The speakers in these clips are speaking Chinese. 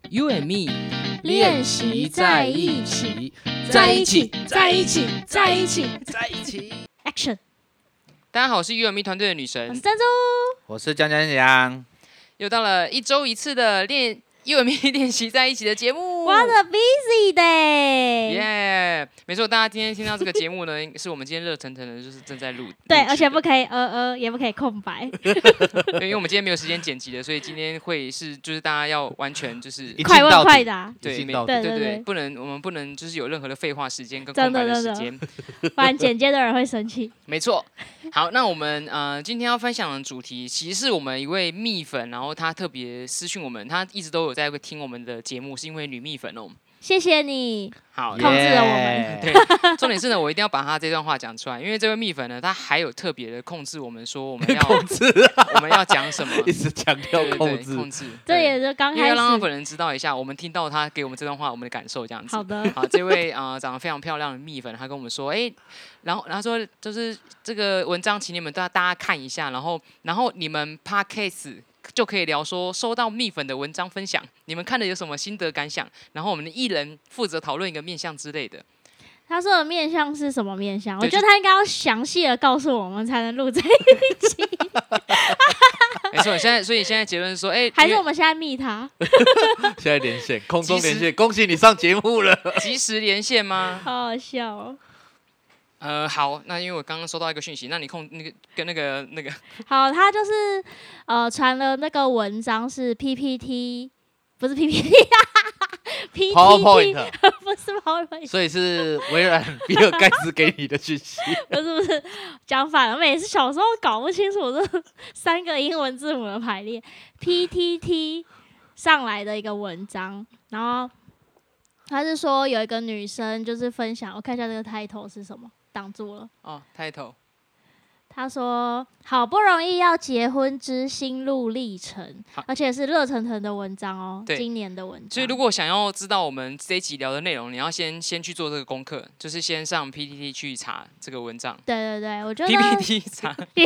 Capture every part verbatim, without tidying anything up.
You and me 练习在一起，在一起，在一起，在一起， 在一起。 Action！ 大家好，我是 You and me 团队的女神， 我是珍珠， 我是江江江， 又到了一周一次的练 You and me 练习在一起的节目。 What a busy day！ 耶、yeah ，没错，大家今天听到这个节目呢，是我们今天热腾腾的，就是正在录。 对，而且不可以呃呃，也不可以空白。 对，因为我们今天没有时间剪辑的，所以今天会是就是大家要完全就是快问快答。 对， 对对对对， 不能我们不能就是有任何的废话时间跟真空白的真的时间， 不然剪接的人会生气。 没错。好，那我们呃今天要分享的主题，其实是我们一位蜜粉，然后他特别私讯我们，他一直都有在听我们的节目，是因为女蜜粉哦。 谢谢你， 好， 控制了我们。 对，重点是呢，我一定要把他这段话讲出来，因为这位蜜粉呢，他还有特别的控制我们说我们要控制、啊， 我们要讲什么， 一直强调控制， 对对对控制。 这也是刚开始， 因为要让本人知道一下，我们听到他给我们这段话，我们的感受这样子。 好的。 好，这位呃长得非常漂亮的蜜粉，他跟我们说，哎、欸，然后然后说就是这个文章，请你们大大家看一下，然后然后你们 podcast。就可以聊说收到蜜粉的文章分享，你们看的有什么心得感想？然后我们的艺人负责讨论一个面向之类的。 他说的面向是什么面向？我觉得他应该要详细的告诉我们，才能录这一集。 没错，现在所以现在结论是说，哎、欸， 还是我们现在密他？ 现在连线，空中连线，恭喜你上节目了。 即时连线吗？ 好好笑哦。 呃，好，那因为我刚刚收到一个讯息，那你控那个跟那个那个， 好，他就是呃传了那个文章是 P P T， 不是 P P T， P P T PowerPoint 不是 PowerPoint， 所以是微软比尔盖茨给你的讯息。 不是不是，讲反了，每次小时候搞不清楚这三个英文字母的排列 ，P T T 上来的一个文章，然后他是说有一个女生就是分享，我看一下这个 title 是什么。挡住了哦 ，title。 他说：“好不容易要结婚之心路历程，而且是热腾腾的文章哦，今年的文章。 所以如果想要知道我们这一集聊的内容，你要先先去做这个功课，就是先上 P P T 去查这个文章。 对对对，我觉得 P P T 查 P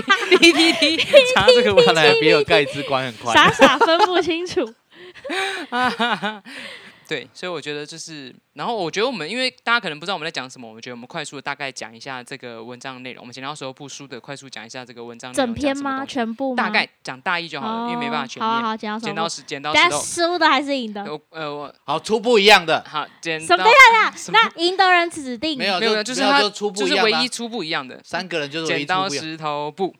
P T 查这个文章， 看来比尔盖茨管很快， 傻傻分不清楚。 对，所以我觉得就是，然后我觉得我们，因为大家可能不知道我们在讲什么，我们觉得我们快速的大概讲一下这个文章内容。我们剪刀石头布书的快速讲一下这个文章内容。 整篇吗？全部吗？ 大概讲大意就好了，哦、因为没办法全念。 好好，剪刀剪刀石剪刀石头。 但输的还是赢的？ 呃，我好出不一样的。 好，剪刀。 什么呀？那赢的人指定没有没有，就是他出不一样，就是唯一出不一样的。 三个人就是唯一剪刀石头布。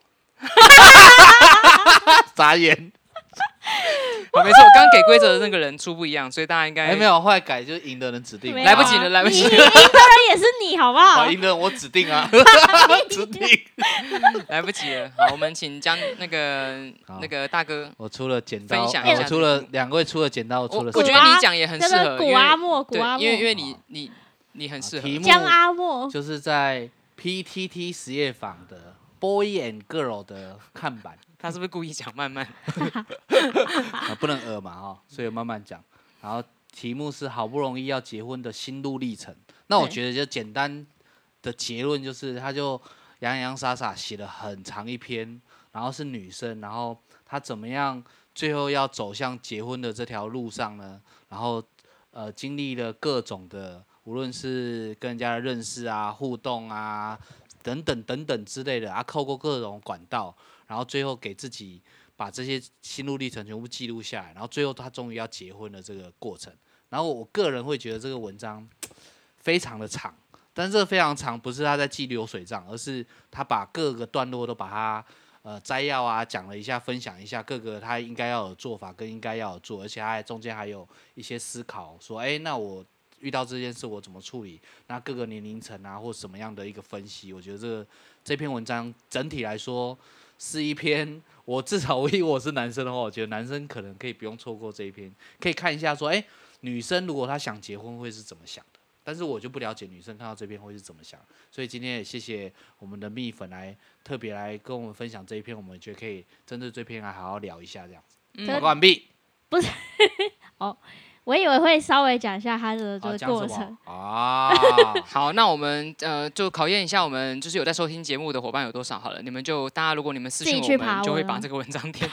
傻眼。 好，没错，我刚刚给规则的那个人出不一样，所以大家应该、 欸、没有，后来改就是赢的人指定， 来不及了，来不及了。 赢的人也是你，好不好？ 赢的人我指定啊，指定， 来不及了。好，我们请将那个那个大哥， 我出了剪刀， 分享一下我出了两位出了剪刀，我出了。 我觉得你讲也很适合， 古阿莫，古阿莫， 因为因为你你你很适合。 江阿莫就是在 P T T 实验坊的 Boy and Girl 的看板。 他是不是故意讲慢慢？ 啊、不能讹嘛哈、哦，所以慢慢讲。然后题目是好不容易要结婚的心路历程。那我觉得就简单的结论就是，他就洋洋洒洒写了很长一篇，然后是女生，然后她怎么样最后要走向结婚的这条路上呢？然后呃经历了各种的，无论是跟人家的认识啊、互动啊等等等等之类的啊，透过各种管道。然后最后给自己把这些心路历程全部记录下来，然后最后他终于要结婚的这个过程。然后我个人会觉得这个文章非常的长，但是这个非常长不是他在记流水账，而是他把各个段落都把它呃摘要啊讲了一下，分享一下各个他应该要有做法跟应该要有做，而且他还中间还有一些思考，说哎那我遇到这件事我怎么处理？那各个年龄层啊或什么样的一个分析？我觉得这个这篇文章整体来说。是一篇，我至少以我是男生的话，我觉得男生可能可以不用错过这一篇，可以看一下说，哎、欸，女生如果她想结婚会是怎么想的？但是我就不了解女生看到这篇会是怎么想，所以今天也谢谢我们的蜜粉来特别来跟我们分享这一篇，我们觉得可以针对这篇来好好聊一下这样子。报告完毕。 不是，哦。我以为会稍微讲一下他的这个过程啊。 好，那我们呃就考验一下我们就是有在收听节目的伙伴有多少好了。你们就大家如果你们私讯我们，就会把这个文章填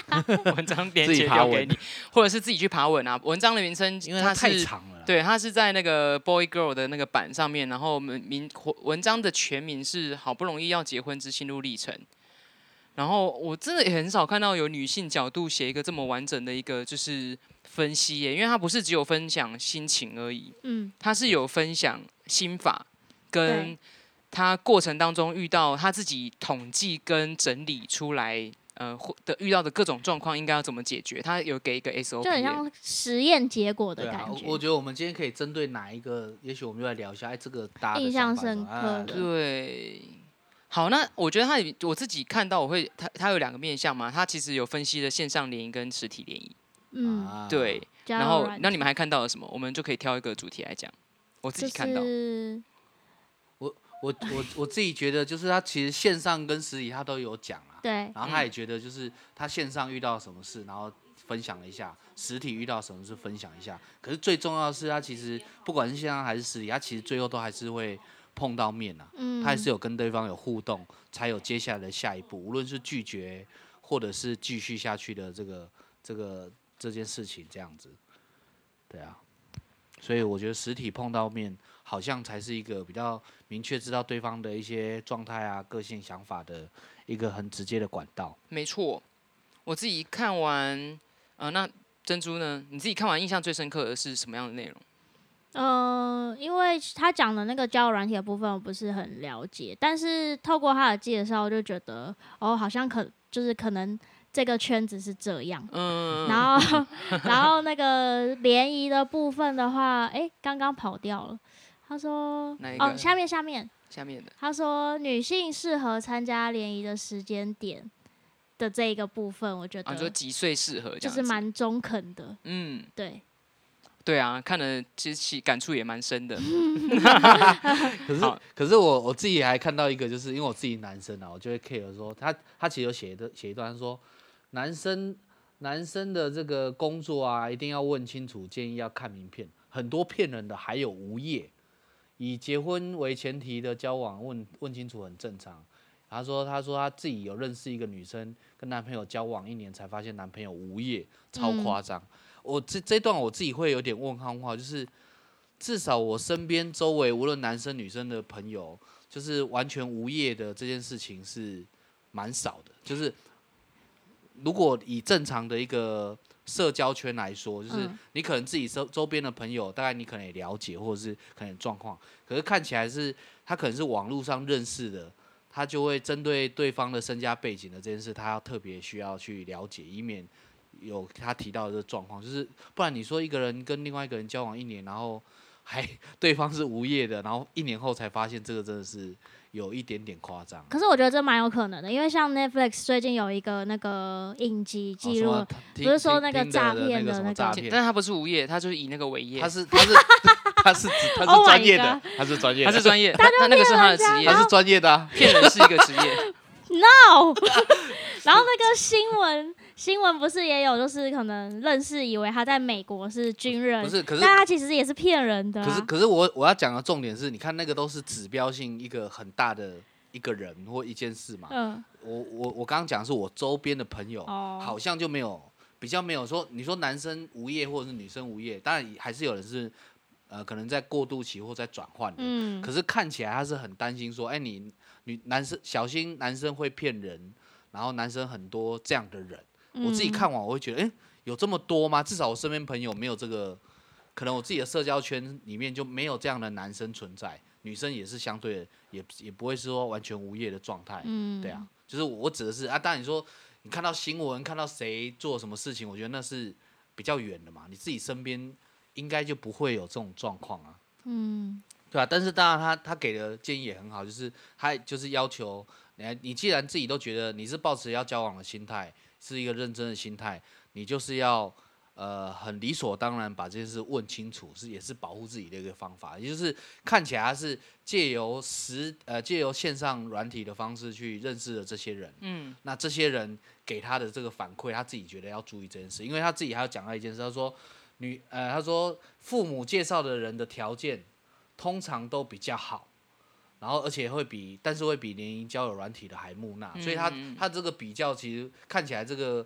文章连接留给你，或者是自己去爬文啊。文章的名称因为它太长了， 对，它是在那个 Boy Girl 的那个版上面，然后名文章的全名是好不容易要结婚之心路历程。然后我真的也很少看到有女性角度写一个这么完整的一个就是分析耶，因为它不是只有分享心情而已，嗯，它是有分享心法跟他过程当中遇到他自己统计跟整理出来。呃的遇到的各种状况应该要怎么解决？他有给一个 S O P， 就很像实验结果的感觉。 啊、我, 我觉得我们今天可以针对哪一个，也许我们就来聊一下，哎，这个大家印象深刻的、 啊。 对，好，那我觉得他我自己看到，我会他他有两个面向嘛，他其实有分析了线上联谊跟实体联谊。嗯，对。然后那你们还看到了什么？我们就可以挑一个主题来讲。我自己看到。 就是我我我我自己觉得，就是他其实线上跟实体他都有讲啊， 对， 然后他也觉得就是他线上遇到什么事，然后分享了一下，实体遇到什么事分享一下。可是最重要的是，他其实不管是线上还是实体，他其实最后都还是会碰到面啊，嗯、他还是有跟对方有互动，才有接下来的下一步，无论是拒绝或者是继续下去的这个这个这件事情这样子，对啊。所以我觉得实体碰到面，好像才是一个比较明确知道对方的一些状态啊、个性、想法的一个很直接的管道。 没错，我自己看完，呃，那珍珠呢？你自己看完印象最深刻的是什么样的内容？ 嗯、呃，因为他讲的那个交友软体的部分我不是很了解，但是透过他的介绍，就觉得哦，好像可就是可能。这个圈子是这样，嗯，然后，然后那个联谊的部分的话，哎，刚刚跑掉了。他说，哦，下面下面下面的， 他说女性适合参加联谊的时间点的这一个部分，我觉得， 啊，就几岁适合， 就是蛮中肯的，嗯，对， 对啊，看了其实感触也蛮深的。 可是，可是我我自己还看到一个，就是因为我自己男生啊，我就会 care 说，他他其实有写的写一段说。男生男生的这个工作啊，一定要问清楚，建议要看名片。很多骗人的，还有无业，以结婚为前提的交往，问问清楚很正常。他说，他说他自己有认识一个女生，跟男朋友交往一年才发现男朋友无业，超夸张。嗯、我这这段我自己会有点问号问号，就是至少我身边周围无论男生女生的朋友，就是完全无业的这件事情是蛮少的，就是。如果以正常的一个社交圈来说，就是你可能自己周周边的朋友，大概你可能也了解，或者是可能状况，可是看起来是他可能是网络上认识的，他就会针对对方的身家背景的这件事，他要特别需要去了解，以免有他提到的这个状况，就是不然你说一个人跟另外一个人交往一年，然后还对方是无业的，然后一年后才发现这个真的是。有一点点夸张， 可是我觉得这蛮有可能的，因为像 Netflix 最近有一个那个影集记录， 哦、 不是说那个诈骗的那个， 但是他不是无业，他就是以那个为业， 他是他是他是他是专业的， oh、他是专业的， 他是专业，他他那个是他的职业， 他是专业的、啊， 骗人是一个职业。 No， 然后那个新闻新闻不是也有，就是可能认识以为他在美国是军人， 不是，可是但他其实也是骗人的、啊。 可是可是我我要讲的重点是，你看那个都是指标性一个很大的一个人或一件事嘛。嗯，我我我刚刚讲的是我周边的朋友，哦、好像就没有比较没有说，你说男生无业或者是女生无业，当然还是有人是呃可能在过渡期或在转换的。嗯，可是看起来他是很担心说，哎、欸、你。女男生小心，男生会骗人，然后男生很多这样的人。嗯、我自己看完，我会觉得，哎、欸，有这么多吗？至少我身边朋友没有这个，可能我自己的社交圈里面就没有这样的男生存在。女生也是相对的，也也不会说完全无业的状态。嗯，对啊，就是我指的是啊，当然你说你看到新闻，看到谁做什么事情，我觉得那是比较远的嘛。你自己身边应该就不会有这种状况啊。嗯。对啊，但是当然他他给的建议也很好，就是他就是要求你，你既然自己都觉得你是抱持要交往的心态，是一个认真的心态，你就是要呃很理所当然把这件事问清楚，是也是保护自己的一个方法，也就是看起来他是借由实呃借由线上软体的方式去认识了这些人，嗯，那这些人给他的这个反馈，他自己觉得要注意这件事，因为他自己还要讲到一件事，他说女呃他说父母介绍的人的条件。通常都比较好，然后而且会比，但是会比联谊交友软体的还木讷，所以他他这个比较其实看起来这个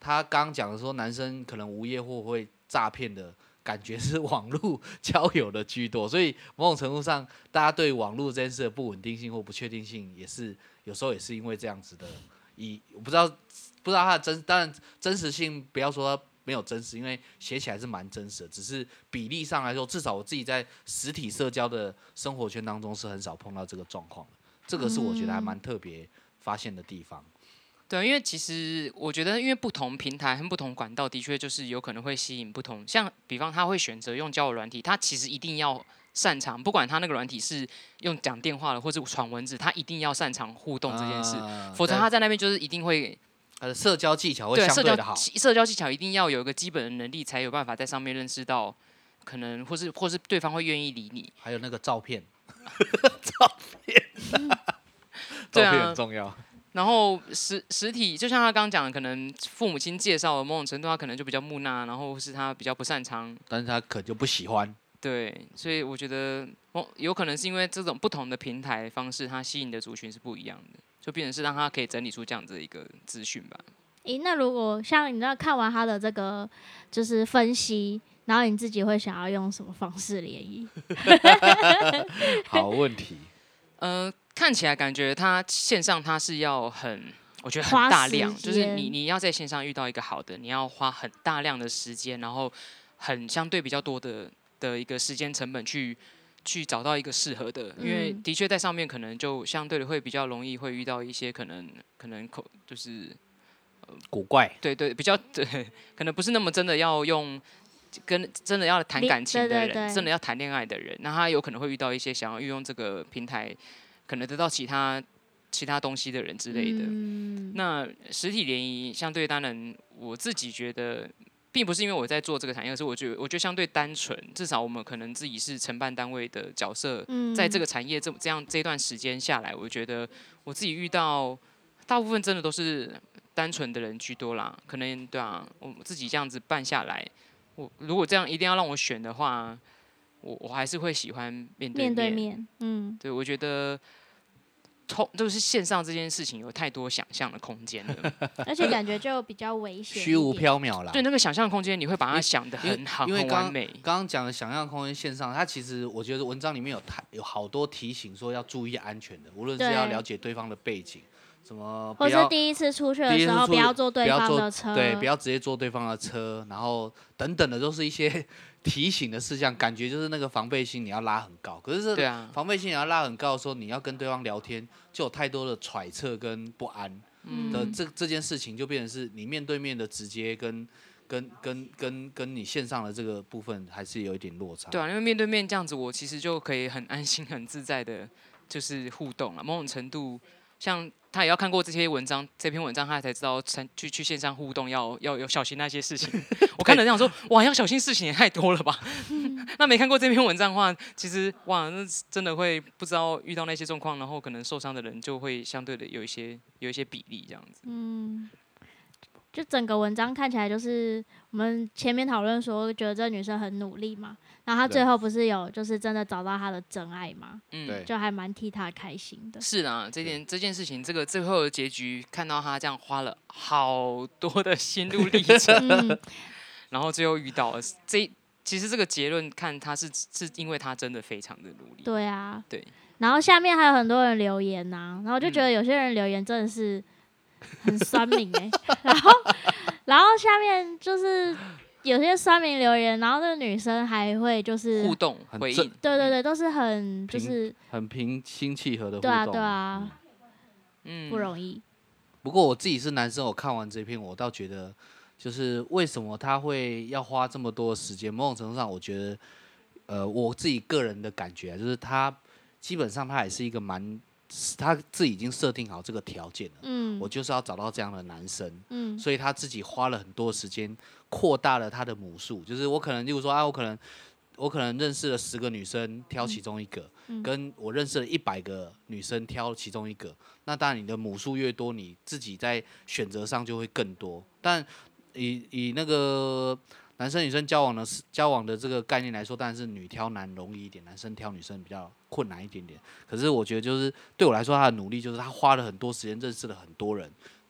他刚刚讲的说，男生可能无业或会诈骗的感觉是网络交友的居多，所以某种程度上，大家对网络这件事的不稳定性或不确定性，也是有时候也是因为这样子的。以我不知道不知道它的真，当然真实性不要说它没有真实，因为写起来是蛮真实的，只是比例上来说，至少我自己在实体社交的生活圈当中是很少碰到这个状况的。这个是我觉得还蛮特别发现的地方。 对，因为其实我觉得，因为不同平台和不同管道，的确就是有可能会吸引不同。像比方他会选择用交友软体，他其实一定要擅长，不管他那个软体是用讲电话的或是传文字，他一定要擅长互动这件事， 呃、 否则他在那边就是一定会。 他的社交技巧会对相对的好， 社交技巧一定要有一个基本的能力，才有办法在上面认识到，可能或是或是对方会愿意理你。 还有那个照片，照片，照片很重要。 然后实实体，就像他刚刚讲的，可能父母亲介绍的某种程度，他可能就比较木讷，然后是他比较不擅长， 但是他可就不喜欢。 对，所以我觉得，哦，有可能是因为这种不同的平台方式，它吸引的族群是不一样的，就变成是让他可以整理出这样子的一个资讯吧。 诶，那如果像你知道看完他的这个就是分析，然后你自己会想要用什么方式联谊？ 好问题。 呃，看起来感觉他线上他是要很，我觉得很大量，就是你你要在线上遇到一个好的，你要花很大量的时间，然后很相对比较多的的一个时间成本去去找到一个适合的，因为的确在上面可能就相对的会比较容易会遇到一些可能可能口就是。 古怪， 对对，比较对，可能不是那么真的要用跟真的要谈感情的人， 对对对真的要谈恋爱的人，那他有可能会遇到一些想要运用这个平台，可能得到其他其他东西的人之类的。 嗯、 那实体联谊相对当然，我自己觉得，并不是因为我在做这个产业，而是我觉得我觉得相对单纯，至少我们可能自己是承办单位的角色， 嗯、 在这个产业这这样这段时间下来，我觉得我自己遇到大部分真的都是。单纯的人居多啦，可能对啊，我自己这样子办下来，我如果这样一定要让我选的话，我我还是会喜欢面对面。 面对面，嗯， 对，我觉得，通就是线上这件事情有太多想象的空间了， 而且感觉就比较危险， 虚无缥缈啦。 对，那个想象空间，你会把它想得很好， 因为很完美。 刚刚讲的想象空间线上，它其实我觉得文章里面有太有好多提醒说要注意安全的，无论是要了解对方的背景。什么？ 或是第一次出去的时候，不要坐对方的车， 对，不要直接坐对方的车，然后等等的都是一些提醒的事项，感觉就是那个防备心你要拉很高。可是这防备心你要拉很高的时候，你要跟对方聊天，就有太多的揣测跟不安的这、嗯、这件事情，就变成是你面对面的直接跟跟跟跟跟你线上的这个部分还是有一点落差。 对啊，因为面对面这样子，我其实就可以很安心、很自在的，就是互动了。某种程度，像。他也要看过这些文章，这篇文章他才知道去去线上互动要要有小心那些事情。我看了这样说，哇，要小心事情也太多了吧？那没看过这篇文章的话，其实哇，那真的会不知道遇到那些状况，然后可能受伤的人就会相对的有一些有一些比例这样子。 嗯，就整个文章看起来就是我们前面讨论说，觉得这女生很努力嘛。然后他最后不是有就是真的找到他的真爱嘛？嗯，就还蛮替他开心的。 是啊，这件这件事情，这个最后的结局，看到他这样花了好多的心路历程，嗯、然后最后遇到了这，其实这个结论看他是是因为他真的非常的努力。 对啊， 对。 然后下面还有很多人留言呐、啊，然后就觉得有些人留言真的是很酸民哎、欸，然后然后下面就是。有些酸民留言，然后那个女生还会就是互动回应， 对对对，都是很就是很平心气和的互动， 对啊对啊， 嗯， 不容易。 不过我自己是男生，我看完这篇，我倒觉得，就是为什么他会要花这么多的时间？某种程度上，我觉得，呃，我自己个人的感觉、啊，就是他基本上他也是一个蛮。他自己已经设定好这个条件了，嗯，我就是要找到这样的男生，嗯，所以他自己花了很多时间扩大了他的母数，就是我可能，例如说啊，我可能我可能认识了十个女生，挑其中一个，嗯、跟我认识了一百个女生挑其中一个，那当然你的母数越多，你自己在选择上就会更多，但以以那个。男生女生交往的交往的这个概念来说，当然是女挑男容易一点，男生挑女生比较困难一点点。可是我觉得，就是对我来说，他的努力就是他花了很多时间认识了很多人，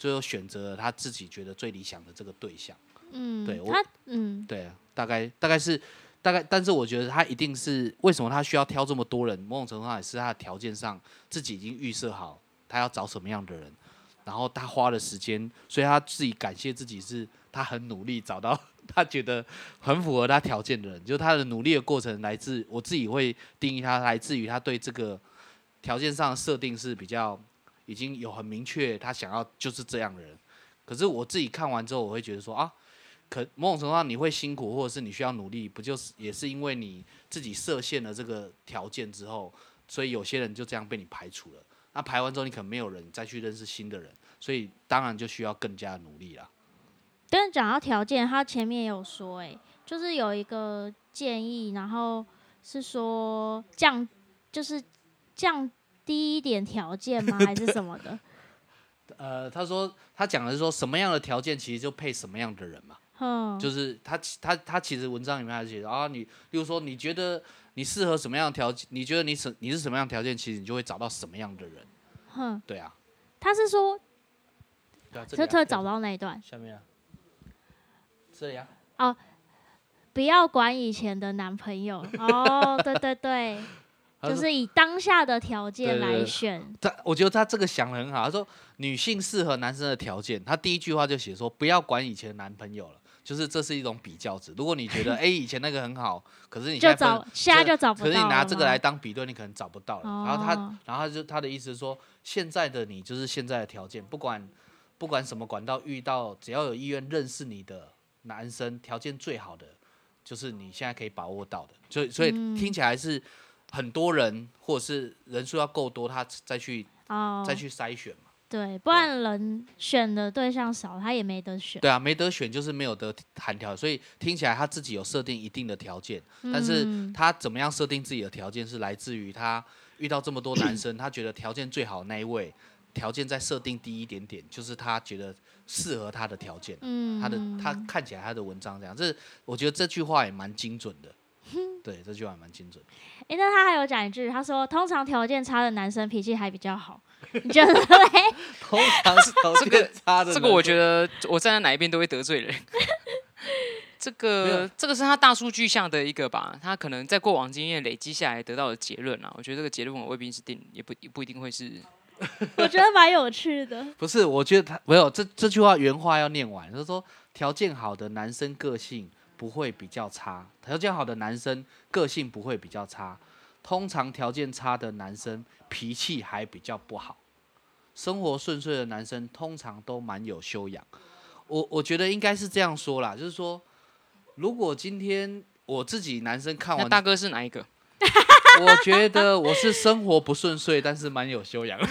最后选择了他自己觉得最理想的这个对象。 嗯， 对我他嗯， 对，大概大概是大概，但是我觉得他一定是为什么他需要挑这么多人，某种程度上也是他的条件上自己已经预设好他要找什么样的人，然后他花了时间，所以他自己感谢自己是他很努力找到他觉得很符合他条件的人，就他的努力的过程来自我自己会定义他来自于他对这个条件上的设定是比较已经有很明确他想要就是这样的人。可是我自己看完之后，我会觉得说啊。可某种程度上你会辛苦，或者是你需要努力，不就是也是因为你自己设限了这个条件之后，所以有些人就这样被你排除了。那排完之后，你可能没有人再去认识新的人，所以当然就需要更加努力啦。 但是讲到条件，他前面也有说、欸，哎，就是有一个建议，然后是说降，就是降低一点条件吗？还是什么的？ 呃，他说他讲的是说什么样的条件其实就配什么样的人嘛。 嗯， 就是他他他其实文章里面还写啊，你例如说你觉得你适合什么样的条件，你觉得你是你是什么样的条件，其实你就会找到什么样的人。 哼， 对啊， 他是说， 对啊，这他里啊他找到那一段， 下面啊，这里啊， 哦，不要管以前的男朋友哦，对对对，就是以当下的条件来选。 他我觉得他这个想得很好，他说女性适合男生的条件，他第一句话就写说不要管以前的男朋友了。就是这是一种比较值。如果你觉得哎、欸、以前那个很好，可是你现在就找现在就找不到了， 可是你拿这个来当比对，你可能找不到了。 哦、 然后他，然后他就他的意思是说，现在的你就是现在的条件，不管不管什么管道遇到，只要有意愿认识你的男生，条件最好的就是你现在可以把握到的。所以所以听起来是很多人或者是人数要够多，他再去、哦、再去筛选嘛。 对，不然人选的对象少，他也没得选。 对啊，没得选就是没有得含条，所以听起来他自己有设定一定的条件，嗯、但是他怎么样设定自己的条件，是来自于他遇到这么多男生，他觉得条件最好的那一位，条件再设定低一点点，就是他觉得适合他的条件。嗯，他的他看起来他的文章这样，这我觉得这句话也蛮精准的。对，这句话也蛮精准的。 哎、欸，那他还有讲一句，他说通常条件差的男生脾气还比较好，你觉得嘞？ 通常条件差的这个我觉得我站在哪一边都会得罪人。这个这个是他大数据项的一个吧，他可能在过往经验累积下来得到的结论啊。我觉得这个结论我未必是定，也不不一定会是。 我觉得蛮有趣的。 不是，我觉得他没有这这句话原话要念完，就是说条件好的男生个性不会比较差，条件好的男生个性不会比较差，通常条件差的男生脾气还比较不好，生活顺遂的男生通常都蛮有修养。我我觉得应该是这样说啦，就是说，如果今天我自己男生看完， 那大哥是哪一个？ 我觉得我是生活不顺遂，但是蛮有修养的。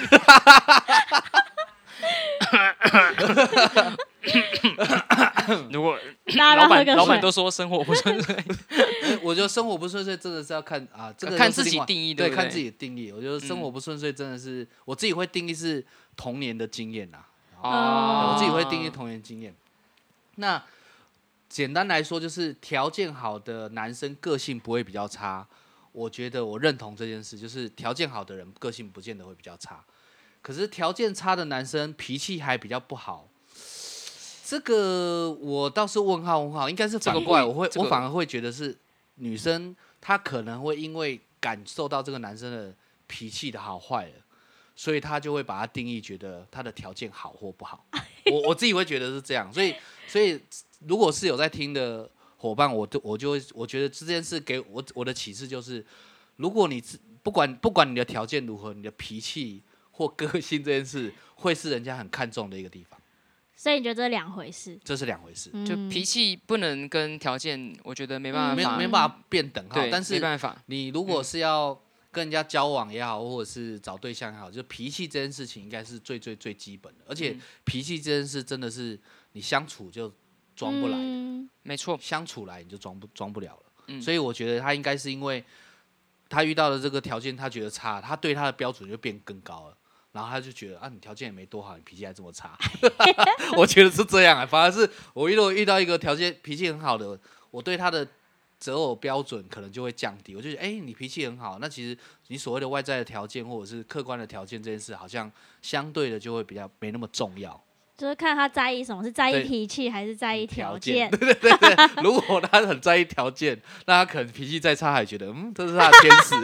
如果老板老板都说生活不顺遂， 我觉得生活不顺遂真的是要看啊，这个看自己定义， 对， 对， 看自己的定义。我觉得生活不顺遂真的是、嗯、我自己会定义是童年的经验啦。哦，我自己会定义童年经验。那简单来说，就是条件好的男生个性不会比较差。我觉得我认同这件事，就是条件好的人个性不见得会比较差，可是条件差的男生脾气还比较不好。这个我倒是问号问号，应该是反过来，我会、这个、我反而会觉得是女生她可能会因为感受到这个男生的脾气的好坏了，所以她就会把他定义觉得他的条件好或不好。我我自己会觉得是这样，所以所以如果是有在听的伙伴，我就我就会我觉得这件事给我我的启示就是，如果你不管不管你的条件如何，你的脾气或个性这件事会是人家很看重的一个地方。 所以你觉得这是两回事？ 这是两回事， 就脾气不能跟条件，我觉得没办法， 嗯、没没办法变等号。但是没办法， 你如果是要跟人家交往也好，或者是找对象也好，就脾气这件事情应该是最最最基本的。而且脾气这件事真的是你相处就装不来的， 嗯、 没错， 相处来你就装不装不了了。 嗯、 所以我觉得他应该是因为他遇到的这个条件，他觉得差，他对他的标准就变更高了。然后他就觉得啊，你条件也没多好，你脾气还这么差。我觉得是这样啊，反而是我如果遇到一个条件脾气很好的，我对他的择偶标准可能就会降低。我就觉得，哎、欸，你脾气很好，那其实你所谓的外在的条件或者是客观的条件这件事，好像相对的就会比较没那么重要。 就是看他在意什么，是在意对脾气还是在意条条件？ 对对对对，如果他很在意条件，那他可能脾气再差，还觉得嗯，这是他的天使，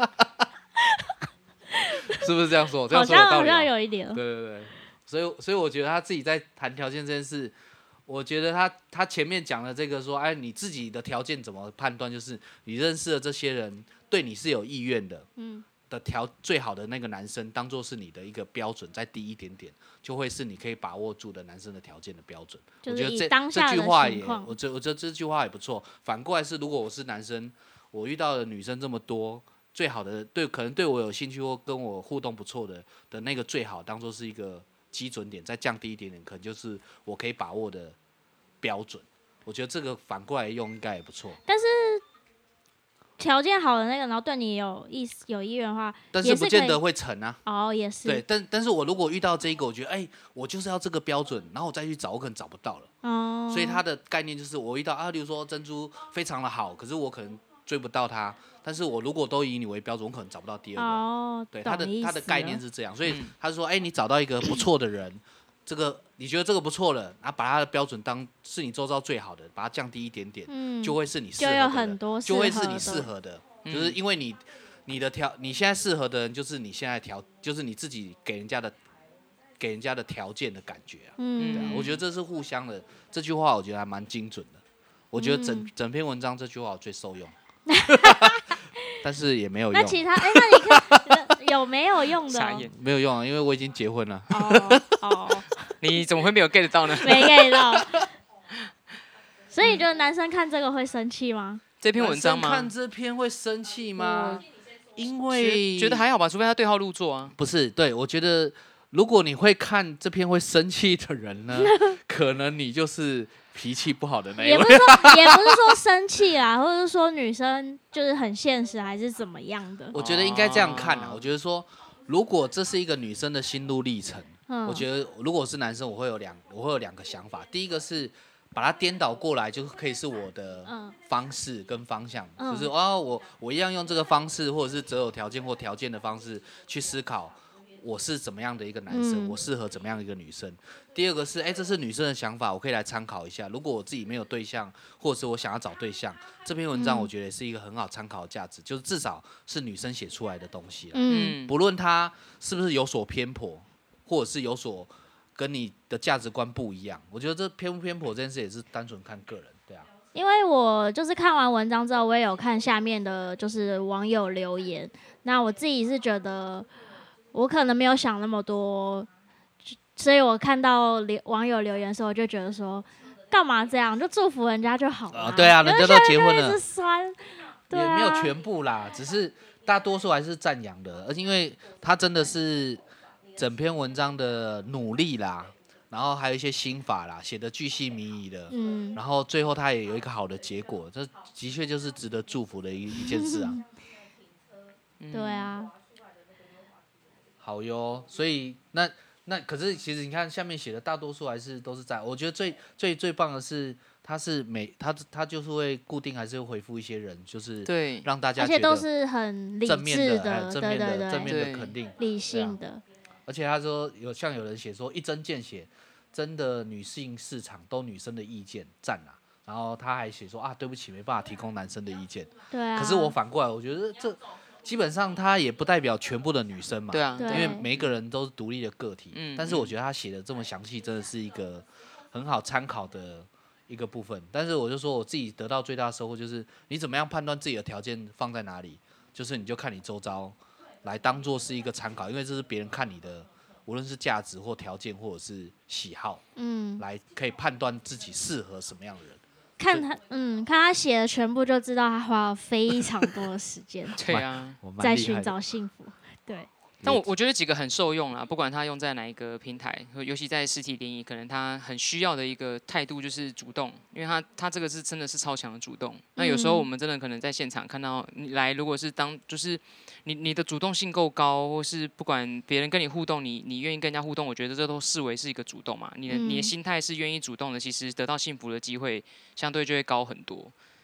是不是这样说？这样好像好说有道理、哦。 像有一点。 对对对，所以所以我觉得他自己在谈条件这件事，我觉得他他前面讲的这个说，哎，你自己的条件怎么判断？就是你认识的这些人对你是有意愿的， 嗯， 的条最好的那个男生，当做是你的一个标准，再低一点点，就会是你可以把握住的男生的条件的标准。 就是以我觉得这当下的这句话也， 情况我觉我觉得这句话也不错。反过来是，如果我是男生，我遇到的女生这么多，最好的对可能对我有兴趣或跟我互动不错的的那个最好，当做是一个基准点，再降低一点点，可能就是我可以把握的标准。我觉得这个反过来用应该也不错。 但是条件好的那个，然后对你有意思、有意愿的话， 但也是可以是不见得会成啊。 哦，也是。 对，但但是我如果遇到这一个，我觉得哎、我就是要这个标准，然后我再去找，我可能找不到了。 哦， 所以它的概念就是我遇到啊，例如说珍珠非常的好，可是我可能追不到它，但是我如果都以你为标准，我可能找不到第二个。 哦， 对，它的懂意它的概思了念是这样，所以嗯他是说，哎、你找到一个不错的人，这个你觉得这个不错了，然后把他的标准当是你周遭最好的，把它降低一点点， 嗯， 就会是你适就有合的人， 很多就会是你适合的适合的， 嗯就是因为你你的条你现在适合的人，就是你现在条就是你自己给人家的给人家的条件的感觉啊。 嗯， 对啊，我觉得这是互相的。这句话我觉得还蛮精准的。我觉得整、 嗯整篇文章这句话我最受用，但是也没有用， 那其他哎、那你看有没有用的哦？ 傻眼， 没有用啊，因为我已经结婚了。 哦哦， 你怎么会没有 get 到呢？ 没 get 到。所以你觉得男生看这个会生气吗？ 这篇文章吗男生看？这篇会生气吗？因觉为觉得还好吧，除非他对号入座啊。 不是，对我觉得如果你会看这篇会生气的人呢，可能你就是脾气不好的那一位也不。是说，也不是说生气啦，或者是说女生就是很现实，还是怎么样的？ 我觉得应该这样看啊， 哦我觉得说，如果这是一个女生的心路历程。 嗯， 我觉得如果我是男生，我会有两我会有两个想法。第一个是把它颠倒过来，就可以是我的嗯方式跟方向， 嗯就是哦，我我一样用这个方式，或者是择偶条件或条件的方式去思考，我是怎么样的一个男生， 嗯我适合怎么样的一个女生。第二个是，哎，这是女生的想法，我可以来参考一下。如果我自己没有对象，或者是我想要找对象，这篇文章嗯我觉得也是一个很好参考的价值，就是至少是女生写出来的东西啦。 嗯嗯， 不论他是不是有所偏颇，或者是有所跟你的价值观不一样，我觉得这偏不偏颇这件事也是单纯看个人，对啊。 因为我就是看完文章之后，我也有看下面的，就是网友留言。那我自己是觉得，我可能没有想那么多，所以我看到留网友留言的时候，我就觉得说，干嘛这样？就祝福人家就好了、 啊，对啊，人家都结婚一了直，酸，对啊， 也没有全部啦，只是大多数还是赞扬的，而且因为他真的是整篇文章的努力啦，然后还有一些心法啦，写的巨细靡遗的， 嗯， 然后最后他也有一个好的结果，这的确就是值得祝福的一一件事啊。 对啊， 好哟，所以那那可是其实你看下面写的大多数还是都是赞，我觉得最最最棒的是他是每他他就是会固定还是会回复一些人，就是对， 让大家而且觉得都是很理正面智的，还有正对面的对正对， 面的肯定。 理性的， 而且他说有像有人写说一针见血，真的女性市场都女生的意见赞啊。然后他还写说啊，对不起，没办法提供男生的意见。 对啊。 可是我反过来，我觉得这基本上他也不代表全部的女生嘛。 对啊， 对因为每一个人都是独立的个体。 嗯但是我觉得他写的这么详细，真的是一个很好参考的一个部分。但是我就说我自己得到最大的收获就是，你怎么样判断自己的条件放在哪里，就是你就看你周遭来当做是一个参考，因为这是别人看你的，无论是价值或条件或者是喜好， 嗯， 来可以判断自己适合什么样的人。 看他，嗯，看他写的全部就知道他花了非常多的时间对啊。 我蛮在寻厉害的找幸福。对， 但我我觉得几个很受用啦，不管他用在哪一个平台，尤其在实体联谊，可能他很需要的一个态度就是主动，因为他他这个是真的是超强的主动。那有时候嗯我们真的可能在现场看到你来，如果是当就是你你的主动性够高，或是不管别人跟你互动，你你愿意跟人家互动，我觉得这都视为是一个主动嘛。你的、 嗯你的心态是愿意主动的，其实得到幸福的机会相对就会高很多。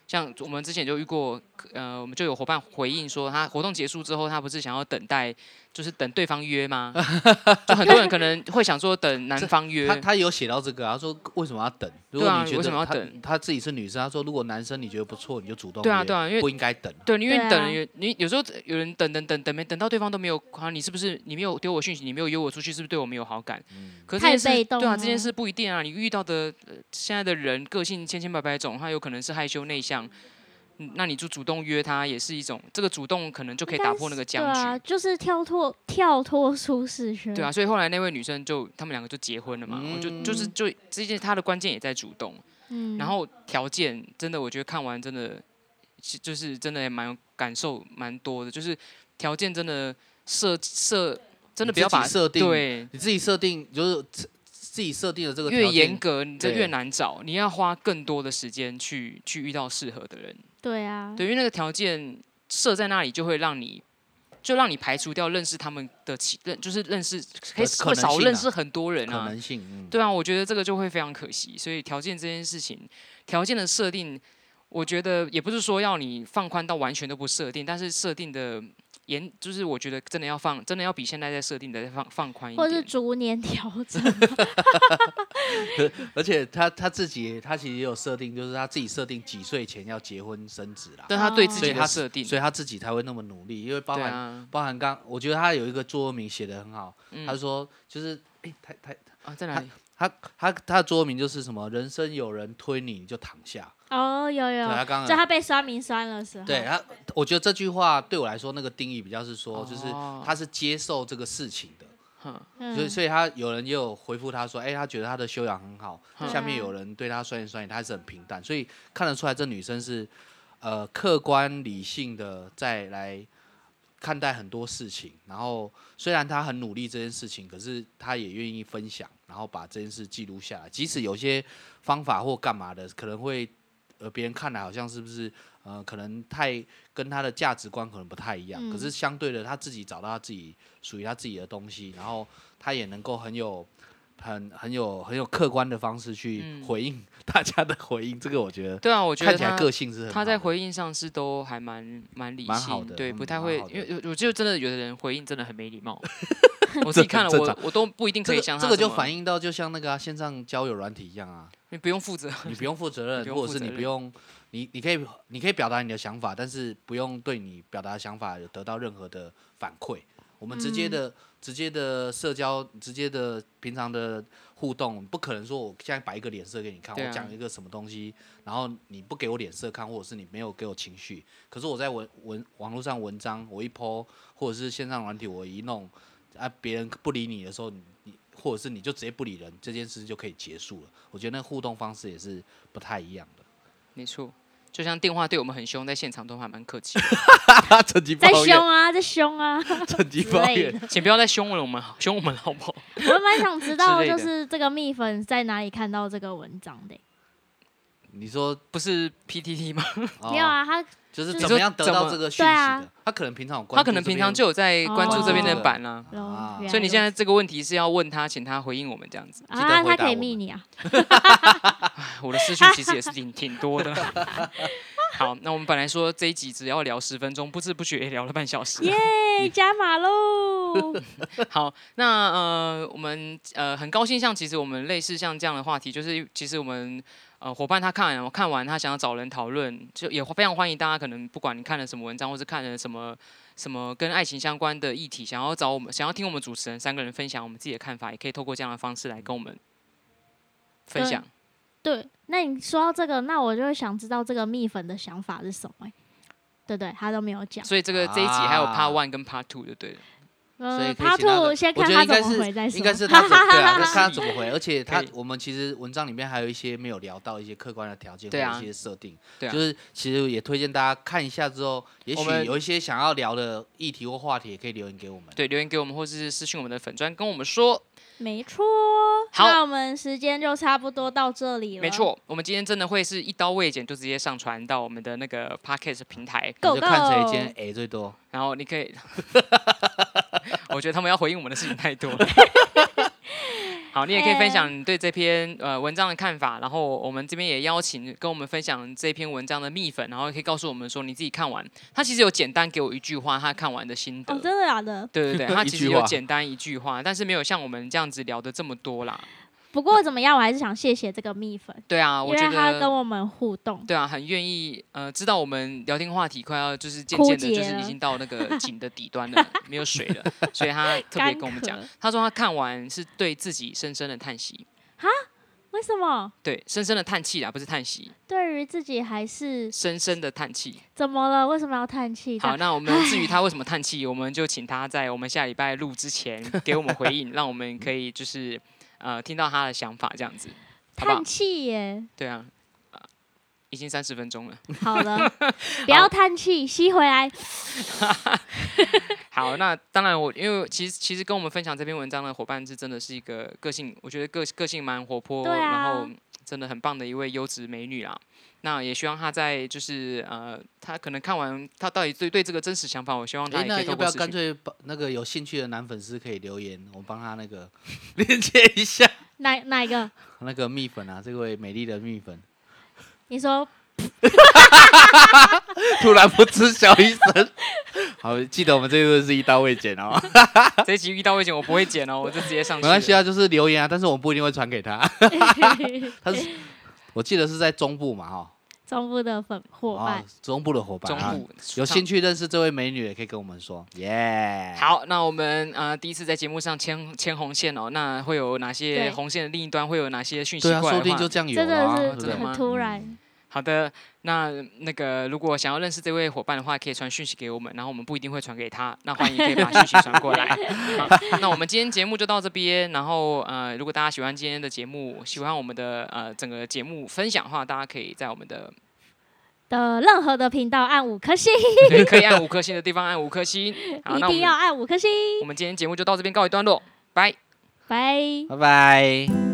像我们之前就遇过，呃，我们就有伙伴回应说，他活动结束之后，他不是想要等待，就是等对方约吗？就很多人可能会想说等男方约。 他他有写到这个、啊，他说为什么要等？如果你觉对啊、为什么得他要等他自己是女生，他说如果男生你觉得不错，你就主动约对啊对啊因为不应该等。 对，因为对啊等人有你有时候有人等等等等没等到对方都没有，啊，你是不是你没有丢我讯息，你没有约我出去，是不是对我没有好感？ 嗯可是这件事太被动对啊， 了这件事不一定啊。你遇到的、呃、现在的人个性千千百百种，他有可能是害羞内向，嗯那你就主动约他，也是一种这个主动可能就可以打破那个僵局。 对啊，就是跳脱跳脱舒适圈。 对啊，所以后来那位女生就他们两个就结婚了嘛， 嗯我就就是就这件她的关键也在主动， 嗯， 然后条件真的我觉得看完真的是就是真的也蛮有感受蛮多的，就是条件真的设设真的不要把你自己设定对你自己设定就是自自己设定的这个越条件严格你这对越难找，你要花更多的时间去去遇到适合的人。 对啊， 对，因为那个条件设在那里，就会让你，就让你排除掉认识他们的其认，就是认识可以会可能性啊少认识很多人可啊。 能性，嗯， 对啊，我觉得这个就会非常可惜。所以条件这件事情，条件的设定，我觉得也不是说要你放宽到完全都不设定，但是设定的严，就是我觉得真的要放，真的要比现在在设定的再放放宽一或者是点。 逐年调整。 而且他他自己他其实也有设定，就是他自己设定几岁前要结婚生子啦， 但他对自己所以他的设定， 所以他自己才会那么努力，因为包含、 对啊， 包含刚，我觉得他有一个座右铭写的很好， 嗯他说就是哎，他他啊，在哪里？ 他他他的座右铭就是什么，人生有人推你你就躺下， 哦，有有对，他刚就刚他被刷名酸的时候， 对他，我觉得这句话对我来说那个定义比较是说，就是哦他是接受这个事情的。 哼， 嗯， 所以，所以他有人也有回复他说，哎、他觉得他的修养很好。 嗯下面有人对他酸言酸语，他还是很平淡，所以看得出来这女生是呃客观理性的再来看待很多事情。然后虽然她很努力这件事情，可是她也愿意分享，然后把这件事记录下来。即使有些方法或干嘛的，可能会呃别人看来好像是不是呃可能太跟他的价值观可能不太一样， 嗯可是相对的他自己找到他自己属于他自己的东西，然后他也能够很有很很有很有客观的方式去嗯回应大家的回应，这个我觉得对啊，我觉得他看起来个性是很好的他在回应上是都还蛮蛮理性， 蛮好的对， 嗯不太会蛮好，的因为我就真的有的人回应真的很没礼貌，我自己看了正常我我都不一定可这个以像他这个就么反映到就像那个、啊、线上交友软体一样啊， 你不用负责， 你不用负责任， 你不用或者是负责任你不用你你可以你可以表达你的想法，但是不用对你表达的想法有得到任何的反馈。我们直接的、直接的社交，直接的平常的互动，不可能说我现在摆一个脸色给你看， 对啊我讲一个什么东西，然后你不给我脸色看，或者是你没有给我情绪。可是我在文文网络上文章，我一 po， 或者是线上软体我一弄，啊，别人不理你的时候，你你或者是你就直接不理人，这件事就可以结束了。我觉得那互动方式也是不太一样的。 没错。就像电话对我们很凶，在现场都还蛮客气的， 趁机在抱怨， 凶啊，在凶啊趁机之抱怨。 类的。 请不要再凶了我们，凶我们好不好？ 我蛮想知道， 之类的就是这个蜜粉在哪里看到这个文章的欸、 你说不是 P T T 吗？ 哦没有啊，他就是就是怎么样得怎么到这个讯息的？ 对啊他可能平常有关他注这边可能平常就有在关注这边的版啦、 哦啊原来所以你现在如这个问题是要问他，请他回应我们这样子。 此记得啊，他可以回答我们密你啊， 我的私讯其实也是挺挺多的。好，那我们本来说这一集只要聊十分钟，不知不觉也聊了半小时。 耶，加码喽！ 好，那呃，我们呃很高兴，像其实我们类似像这样的话题，就是其实我们呃伙伴他看完我看完，他想要找人讨论，就也非常欢迎大家，可能不管你看了什么文章，或是看了什么什么跟爱情相关的议题，想要找我们，想要听我们主持人三个人分享我们自己的看法，也可以透过这样的方式来跟我们分享。 对，那你说到这个，那我就会想知道这个蜜粉的想法是什么、欸？对不对？他都没有讲。 所以这个这一集还有 Part 啊 One 跟 Part Two 就对了。 所以呃，Part 可以请他 Two 的先我看他怎么觉得应该是回再说。 应该是他怎对啊， 可以看他怎么回。而且他可以我们其实文章里面还有一些没有聊到一些客观的条件或对啊者一些设定， 对啊就是其实也推荐大家看一下之后，也许我们有一些想要聊的议题或话题，也可以留言给我们。 对，留言给我们，或是私讯我们的粉专，跟我们说。 没错。 好那我们时间就差不多到这里了。 没，错，我们今天真的会是一刀未剪，就直接上传到我们的那个 Podcast 平台， 够就看谁够今天 A 最多。 然后你可以，我觉得他们要回应我们的事情太多了。 好，你也可以分享你对这篇呃文章的看法，然后我们这边也邀请跟我们分享这篇文章的蜜粉，然后可以告诉我们说你自己看完，他其实有简单给我一句话，他看完的心得。 哦，真的假的？ 对对对，他其实有简单一句话，但是没有像我们这样子聊的这么多啦。 不过怎么样，我还是想谢谢这个蜜粉。 对啊，我觉得因为他跟我们互动。 对啊，很愿意呃，知道我们聊天话题快要就是渐渐的，就是已经到那个井的底端了，没有水了，所以他特别跟我们讲，他说他看完是对自己深深的叹息。 哈？为什么？ 对，深深的叹气啦，不是叹息。 对于自己还是深深的叹气。 怎么了？为什么要叹气？ 好，那我们至于他为什么叹气，我们就请他在我们下礼拜录之前给我们回应，让我们可以就是呃听到他的想法，这样子。 叹气耶。 对啊，呃、已经三十分钟了。 好了，不要叹气，吸回来。 好，那当然我因为其实其实跟我们分享这篇文章的伙伴是真的是一个个性，我觉得个个性蛮活泼， 啊、 然后真的很棒的一位优质美女啦。那也希望她在就是呃，她可能看完她到底对对这个真实想法，我希望她也可以透过要不要干脆把那个有兴趣的男粉丝可以留言，我帮他那个连接一下。 哪哪一个？ 那个蜜粉啊，这位美丽的蜜粉。 你说。 突然不知晓一声，好，记得我们这个是一刀未剪哦。 这一集一刀未剪，我不会剪哦，我就直接上去。 没关系啊，就是留言啊，但是我们不一定会传给他。他是，我记得是在中部嘛，哈。 中部的粉伙伴、哦， 中部的伙伴， 中部有兴趣认识这位美女，也可以跟我们说，耶、yeah 。 好，那我们呃第一次在节目上牵牵红线哦，那会有哪些红线的另一端会有哪些讯息过来的话？ 对啊，说不定就这样有啊，真的是很突然。 嗯好的，那那个如果想要认识这位伙伴的话，可以传讯息给我们，然后我们不一定会传给他，那欢迎可以把讯息传过来。好，那我们今天节目就到这边，然后呃，如果大家喜欢今天的节目，喜欢我们的呃整个节目分享的话，大家可以在我们的的任何的频道按五颗星， 对，可以按五颗星的地方按五颗星， 一定要按五颗星。 我们今天节目就到这边告一段落，拜拜拜拜。